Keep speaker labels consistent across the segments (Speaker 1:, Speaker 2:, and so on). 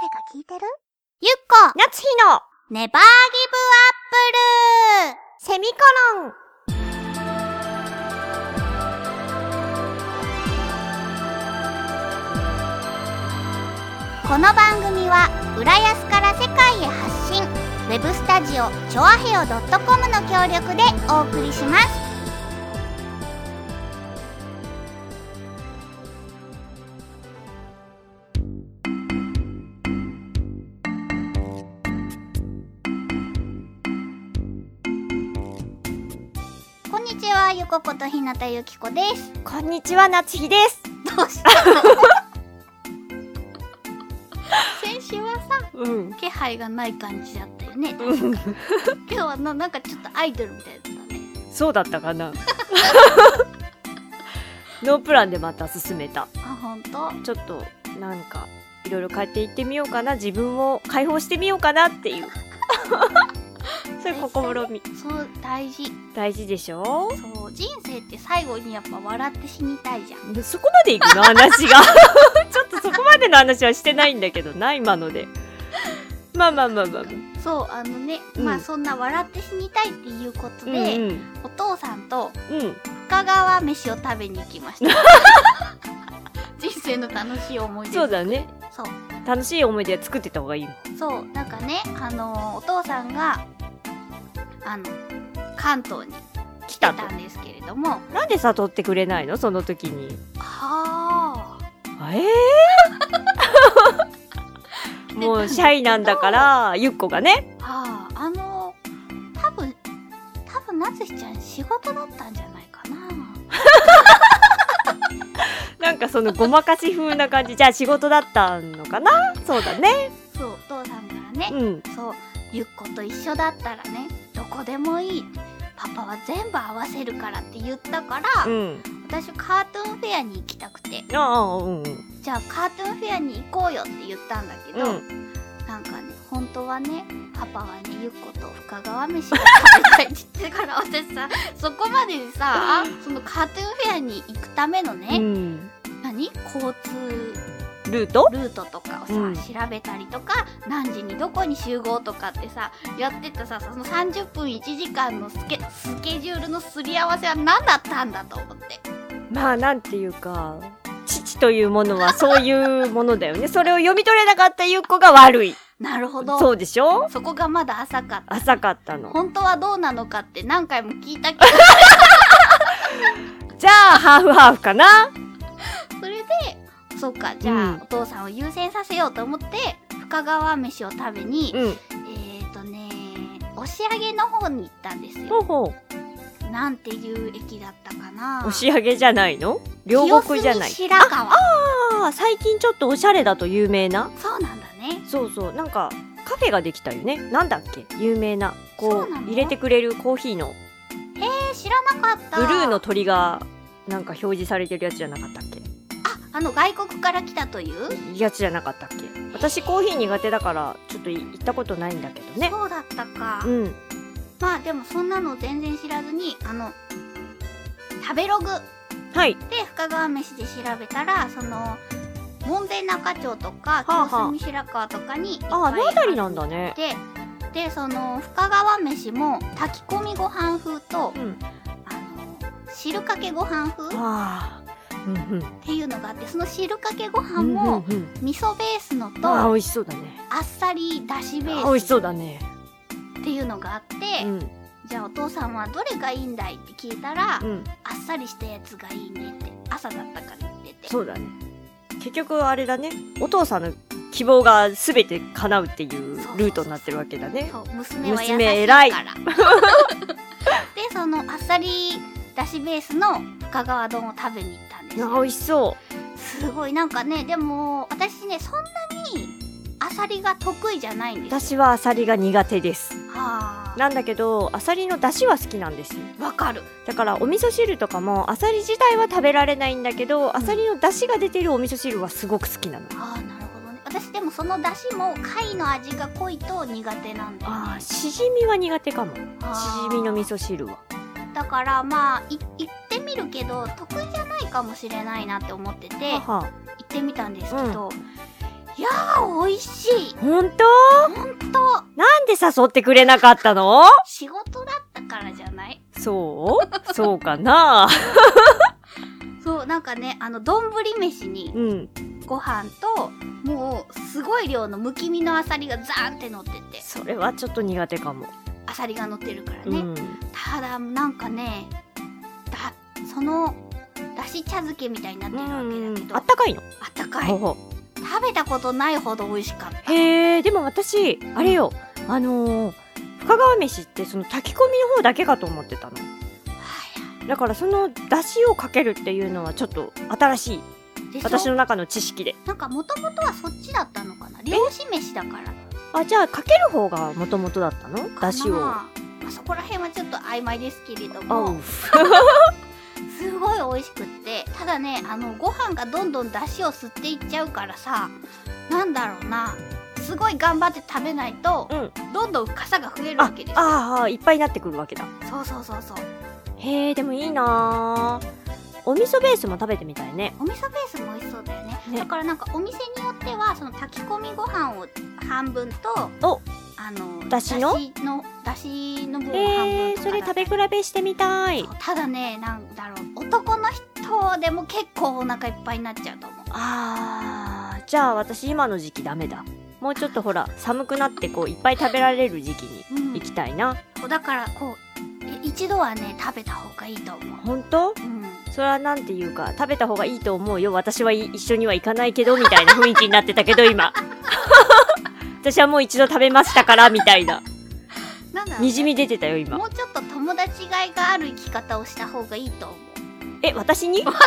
Speaker 1: 誰か聞いてる？
Speaker 2: ゆっこ
Speaker 3: 夏日の
Speaker 2: ネバーギブアップル
Speaker 3: セミコロン。
Speaker 2: この番組は浦安から世界へ発信、ウェブスタジオチョアヘオ .com の協力でお送りします。こんにちは、ゆこことひなたゆきこです。
Speaker 3: こんにちは、夏日です。
Speaker 2: どうしたの？先週はさ、気配がない感じだったよね。今日はなんかちょっとアイドルみたいだったね。
Speaker 3: そうだったかな。ノープランでまた進めた。
Speaker 2: あ、ほんと？
Speaker 3: ちょっとなんかいろいろ変えていってみようかな、自分を解放してみようかなっていうそういう試み。
Speaker 2: そう、大事
Speaker 3: でしょ。
Speaker 2: そう、人生って最後にやっぱ笑って死にたいじゃん。
Speaker 3: そこまでいくの話がちょっとそこまでの話はしてないんだけどな、今ので。まあ
Speaker 2: そう、まあそんな笑って死にたいっていうことで、お父さんと深川飯を食べに行きました。人生の楽しい思い出。
Speaker 3: そうだね。
Speaker 2: そう、
Speaker 3: 楽しい思い出作ってた方がいいもん。
Speaker 2: そう、なんかね、お父さんが関東に来てたんですけれども、
Speaker 3: なんで誘ってくれないの、その時に。もうシャイなんだからゆっこがね。
Speaker 2: 多分なつひちゃん仕事だったんじゃないかな。
Speaker 3: なんかそのごまかし風な感じ。じゃあ仕事だったのかな。そうだね。
Speaker 2: そう、お父さんからね、そう、ゆっこと一緒だったらね、どこでもいい、パパは全部合わせるからって言ったから、私カートゥーンフェアに行きたくて、じゃあカートゥーンフェアに行こうよって言ったんだけど、なんかね、本当はね、パパはね、ゆっこと深川飯が食べたいって言ってから私さ、そこまでにさ、そのカートゥーンフェアに行くためのね、交通
Speaker 3: ルート
Speaker 2: とかをさ、調べたりとか、何時にどこに集合とかってさ、やってたさ、その30分1時間のスケジュールのすり合わせは何だったんだと思って。
Speaker 3: まあなんていうか、父というものはそういうものだよね。それを読み取れなかったゆっこが悪い。
Speaker 2: なるほど。
Speaker 3: そうでしょ。
Speaker 2: そこがまだ浅かった。
Speaker 3: 浅かったの。
Speaker 2: 本当はどうなのかって何回も聞いたけど
Speaker 3: じゃあハーフハーフかな。
Speaker 2: それで、そっか、じゃあ、お父さんを優先させようと思って深川飯を食べに、押上の方に行ったんですよ。なんていう駅だったかな。
Speaker 3: 押上じゃないの？両国じゃない。
Speaker 2: 清澄白河。
Speaker 3: 最近ちょっとおしゃれだと有名な。
Speaker 2: そうなんだね。
Speaker 3: そうそう、なんかカフェができたよね。なんだっけ、有名な、こう入れてくれるコーヒーの。
Speaker 2: 知らなかった。
Speaker 3: ブルーの鳥がなんか表示されてるやつじゃなかったっけ。
Speaker 2: 外国から来たという
Speaker 3: やつじゃなかったっけ。私コーヒー苦手だからちょっと行ったことないんだけどね。
Speaker 2: そうだったか。まあでもそんなの全然知らずに、食べログで深川飯で調べたら、その門前仲町とか清澄白河とかにいっぱい
Speaker 3: あの辺りなんだね。
Speaker 2: でその深川飯も炊き込みご飯風と、汁かけご飯風っていうのがあって、その汁かけご飯も味噌ベースのと、
Speaker 3: 美味しそうだね。
Speaker 2: あっさりだしベース
Speaker 3: 美味しそうだね
Speaker 2: っていうのがあって、じゃあお父さんはどれがいいんだいって聞いたら、あっさりしたやつがいいねって、朝だったから言ってて。
Speaker 3: そうだね。結局あれだね、お父さんの希望が全て叶うっていうルートになってるわけだね。
Speaker 2: そう、娘は優しいからで、そのあっさりだしベースの深川丼を食べに行ったんですよ。
Speaker 3: 美味しそう。
Speaker 2: すごい、なんかね、でも私ね、そんなにアサリが得意じゃないんですよ。
Speaker 3: 私はアサリが苦手です。
Speaker 2: は
Speaker 3: なんだけどアサリの出汁は好きなんですよ。
Speaker 2: わかる。
Speaker 3: だからお味噌汁とかもアサリ自体は食べられないんだけど、アサリの出汁が出てるお味噌汁はすごく好きなの。
Speaker 2: なるほどね。私でもその出汁も貝の味が濃いと苦手なんだよね。
Speaker 3: しじみは苦手かも。しじみの味噌汁は。
Speaker 2: だからまあ行ってみるけど得意じゃないかもしれないなって思ってて、行ってみたんですけど、 いやー美味しい。
Speaker 3: ほんと？
Speaker 2: ほんと。
Speaker 3: なんで誘ってくれなかったの？
Speaker 2: 仕事だったからじゃない？
Speaker 3: そうそうかな。
Speaker 2: そう、なんかね、丼飯に、ご飯と、もう、すごい量のむき身のアサリがザーンって乗ってて。
Speaker 3: それはちょっと苦手かも。
Speaker 2: アサリが乗ってるからね。ただ、なんかね、その、だし茶漬けみたいになってるわけだけど。
Speaker 3: あったかいの？
Speaker 2: あったかい。食べたことないほど美味しかった。
Speaker 3: へー、でも私、あれよ、深川飯ってその炊き込みの方だけかと思ってたの。だからその出汁をかけるっていうのはちょっと新しい。私の中の知識で。
Speaker 2: なんかもともとはそっちだったのかな。漁師飯だから。
Speaker 3: あ、じゃあかける方がもともとだったの？出汁を。
Speaker 2: そこら辺はちょっと曖昧ですけれども。すごい美味しくって。ただね、ご飯がどんどん出汁を吸っていっちゃうからさ、なんだろうな。すごい頑張って食べないと、どんどん傘が増えるわけですよ。
Speaker 3: いっぱいになってくるわけだ。
Speaker 2: そうそうそうそう。
Speaker 3: へー、でもいいなー。お味噌ベースも食べてみたいね。
Speaker 2: お味噌ベースも美味しそうだよね。だからなんかお店によってはその炊き込みご飯を半分とだしの部分を半分とか。
Speaker 3: それ食べ比べしてみたい。
Speaker 2: ただね、なんだろう、男の人でも結構お腹いっぱいになっちゃうと思う。
Speaker 3: じゃあ私今の時期ダメだ。もうちょっとほら寒くなってこういっぱい食べられる時期に行きたいな。
Speaker 2: だからこう一度はね食べた方がいいと思う。
Speaker 3: 本当？それはなんていうか、食べた方がいいと思うよ。私は一緒には行かないけどみたいな雰囲気になってたけど今私はもう一度食べましたからみたいなにじみ出てたよ今。
Speaker 2: もうちょっと友達がいがある生き方をした方がいいと思う。
Speaker 3: 私に？
Speaker 2: 私が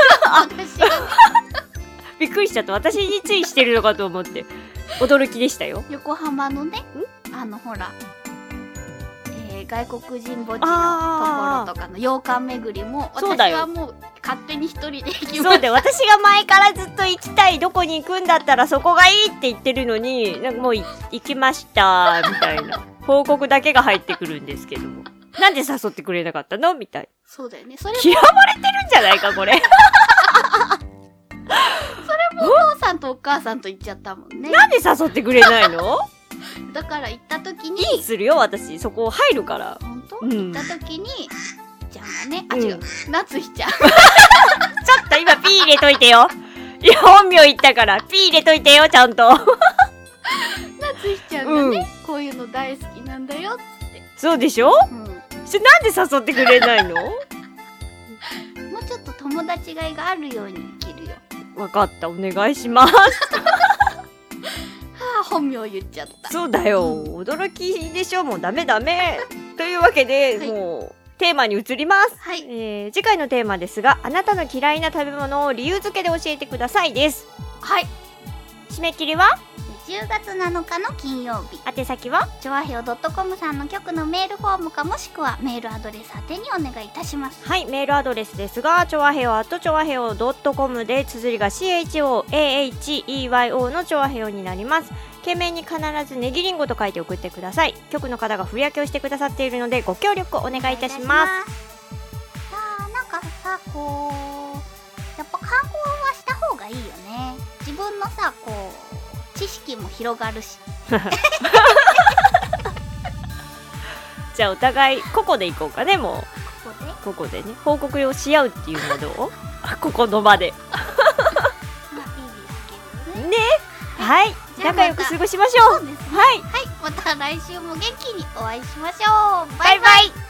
Speaker 3: びっくりしちゃった。私についしてるのかと思って驚きでしたよ。
Speaker 2: 横浜のね、ほら外国人墓地のところとかの洋館巡りも、私はもう勝手に一人で行きました。
Speaker 3: そうだよ。私が前からずっと行きたい、どこに行くんだったらそこがいいって言ってるのに、なんかもう行きましたみたいな報告だけが入ってくるんですけども、なんで誘ってくれなかったのみたい。
Speaker 2: そうだよね。それも
Speaker 3: 嫌われてるんじゃないかこれそ
Speaker 2: れもお父さんとお母さんと行っちゃったもんね。
Speaker 3: なんで誘ってくれないの？
Speaker 2: だから行った時に
Speaker 3: いいするよ、私そこ入るから。
Speaker 2: 本当？行った時にちゃんがね、違う、夏日ちゃんちょ
Speaker 3: っと今ピー入れといてよ。いや本名言ったからピー入れといてよちゃんと。
Speaker 2: 夏日ちゃんがね、こういうの大好きなんだよっつって。
Speaker 3: そうでしょ？なんで誘ってくれないの？も
Speaker 2: うちょっと友達がいがあるように生きるよ。
Speaker 3: わかった、お願いします
Speaker 2: 本名言っちゃった。
Speaker 3: そうだよ、驚きでしょ。もうダメダメというわけで、もうテーマに移ります。次回のテーマですが、あなたの嫌いな食べ物を理由付けで教えてくださいです。締め切りは
Speaker 2: 10月7日の金曜日。
Speaker 3: 宛先は
Speaker 2: ちょわへよ .com さんの局のメールフォームか、もしくはメールアドレス宛てにお願いいたします。
Speaker 3: メールアドレスですが、ちょわへよちょわへよ .com で、綴りが CHOAHEYO のちょわへよになります。懸命に必ずネギリンゴと書いて送ってください。局の方が振り分けをしてくださっているので、ご協力お願いいたします。
Speaker 2: なんかさ、こうやっぱ観光はした方がいいよね。自分のさ、こう知識も広がるし
Speaker 3: じゃあお互いここで行こうかね。もうここでね、報告をし合うっていうのはどう？ここの場でね。はい、仲良く過ごしましょう。
Speaker 2: そうですね。また来週も元気にお会いしましょう。バイバイ。